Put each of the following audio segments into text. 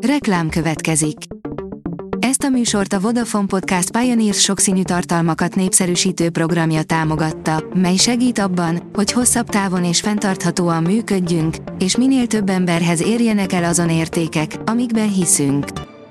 Reklám következik. Ezt a műsort a Vodafone Podcast Pioneers sokszínű tartalmakat népszerűsítő programja támogatta, mely segít abban, hogy hosszabb távon és fenntarthatóan működjünk, és minél több emberhez érjenek el azon értékek, amikben hiszünk.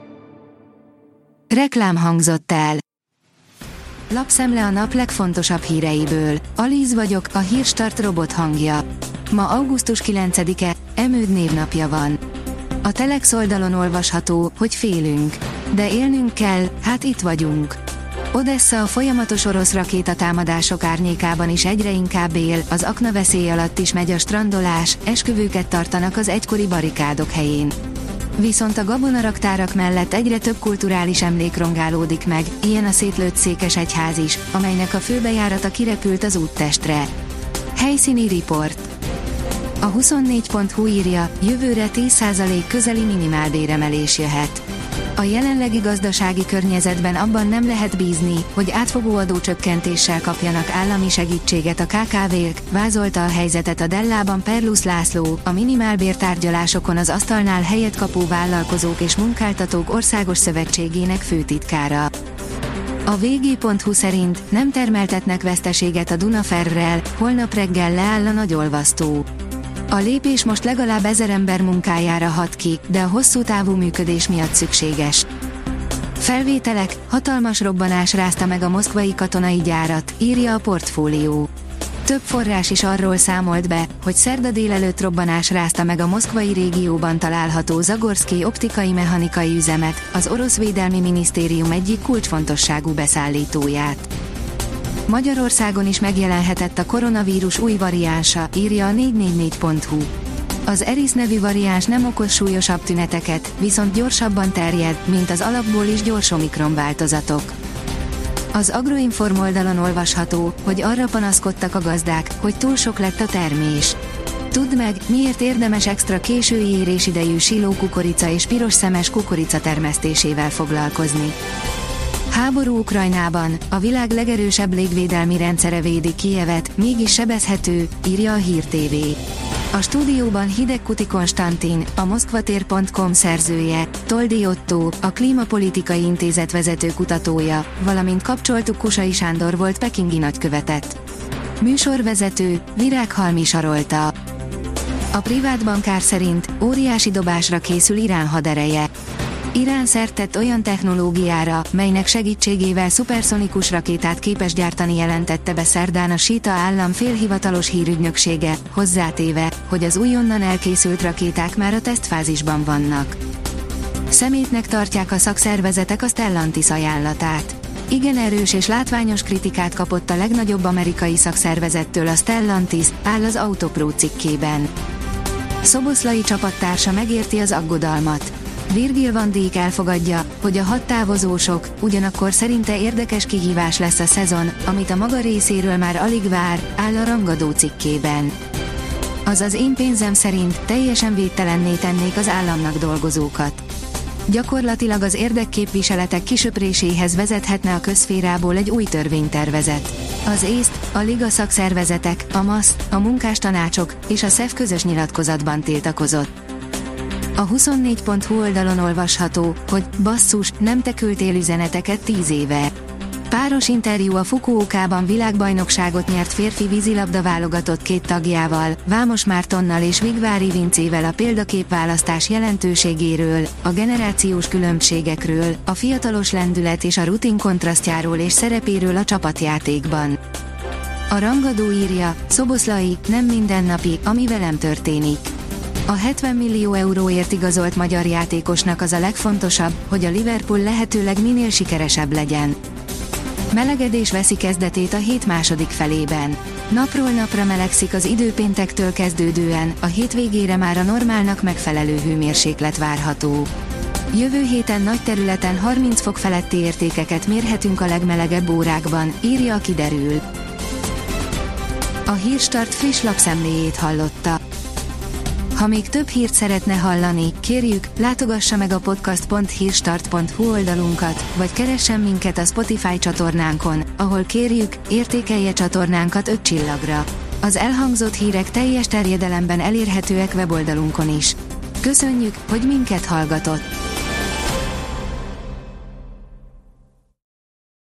Reklám hangzott el. Lapszemle a nap legfontosabb híreiből. Alíz vagyok, a Hírstart robot hangja. Ma augusztus 9-e, Emőd névnapja van. A Telex oldalon olvasható, hogy félünk. De élnünk kell, hát itt vagyunk. Odessa a folyamatos orosz rakétatámadások árnyékában is egyre inkább él, az aknaveszély alatt is megy a strandolás, esküvőket tartanak az egykori barikádok helyén. Viszont a gabonaraktárak mellett egyre több kulturális emlék rongálódik meg, ilyen a szétlőtt székesegyház is, amelynek a főbejárata kirepült az úttestre. Helyszíni riport. A 24.hu írja, jövőre 10% közeli minimálbéremelés jöhet. A jelenlegi gazdasági környezetben abban nem lehet bízni, hogy átfogó adócsökkentéssel kapjanak állami segítséget a KKV-k, vázolta a helyzetet a Dellában Perlusz László, a minimálbértárgyalásokon az asztalnál helyet kapó vállalkozók és munkáltatók országos szövetségének főtitkára. A vg.hu szerint nem termeltetnek veszteséget a Dunaferrel, holnap reggel leáll a nagyolvasztó. A lépés most legalább 1000 ember munkájára hat ki, de a hosszú távú működés miatt szükséges. Felvételek, hatalmas robbanás rázta meg a moszkvai katonai gyárat, írja a Portfólió. Több forrás is arról számolt be, hogy szerda délelőtt robbanás rázta meg a moszkvai régióban található Zagorszkij optikai-mechanikai üzemet, az orosz védelmi minisztérium egyik kulcsfontosságú beszállítóját. Magyarországon is megjelenhetett a koronavírus új variánsa, írja a 444.hu. Az Eris nevű variáns nem okoz súlyosabb tüneteket, viszont gyorsabban terjed, mint az alapból is gyors omikron változatok. Az Agroinform oldalon olvasható, hogy arra panaszkodtak a gazdák, hogy túl sok lett a termés. Tudd meg, miért érdemes extra késői érésidejű silókukorica és piros szemes kukorica termesztésével foglalkozni. Háború Ukrajnában, a világ legerősebb légvédelmi rendszere védi Kijevet, mégis sebezhető, írja a Hír TV. A stúdióban Hidegkuti Konstantin, a moszkvatér.com szerzője, Toldi Otto, a Klímapolitikai Intézet vezető kutatója, valamint kapcsoltuk Kusai Sándor volt pekingi nagykövetet. Műsorvezető, Virághalmi Sarolta. A privát bankár szerint óriási dobásra készül Irán hadereje. Irán szert tett olyan technológiára, melynek segítségével szuperszonikus rakétát képes gyártani, jelentette be szerdán a síita állam félhivatalos hírügynöksége, hozzátéve, hogy az újonnan elkészült rakéták már a tesztfázisban vannak. Szemétnek tartják a szakszervezetek a Stellantis ajánlatát. Igen erős és látványos kritikát kapott a legnagyobb amerikai szakszervezettől a Stellantis, áll az Autopro cikkében. Szoboszlai csapattársa megérti az aggodalmat. Virgil van Dijk elfogadja, hogy a 6 távozósok, ugyanakkor szerinte érdekes kihívás lesz a szezon, amit a maga részéről már alig vár, áll a Rangadó cikkében. Az én pénzem szerint teljesen védtelenné tennék az államnak dolgozókat. Gyakorlatilag az érdekképviseletek kisöpréséhez vezethetne a közszférából egy új törvénytervezet. Az észt, a liga szakszervezetek, a MASZ, a munkástanácsok és a SZEF közös nyilatkozatban tiltakozott. A 24.hu oldalon olvasható, hogy basszus, nem te küldtél üzeneteket 10 éve. Páros interjú a Fukuokában világbajnokságot nyert férfi vízilabda válogatott 2 tagjával, Vámos Mártonnal és Vigvári Vincével a példaképválasztás jelentőségéről, a generációs különbségekről, a fiatalos lendület és a rutin kontrasztjáról és szerepéről a csapatjátékban. A Rangadó írja, Szoboszlai, nem mindennapi, ami velem történik. A 70 millió euróért igazolt magyar játékosnak az a legfontosabb, hogy a Liverpool lehetőleg minél sikeresebb legyen. Melegedés veszi kezdetét a hét második felében. Napról napra melegszik az idő, péntektől kezdődően, a hétvégére már a normálnak megfelelő hőmérséklet várható. Jövő héten nagy területen 30 fok feletti értékeket mérhetünk a legmelegebb órákban, írja a Kiderül. A Hírstart friss lapszemléjét hallotta. Ha még több hírt szeretne hallani, kérjük, látogassa meg a podcast.hírstart.hu oldalunkat, vagy keressen minket a Spotify csatornánkon, ahol kérjük, értékelje csatornánkat 5 csillagra. Az elhangzott hírek teljes terjedelemben elérhetőek weboldalunkon is. Köszönjük, hogy minket hallgatott!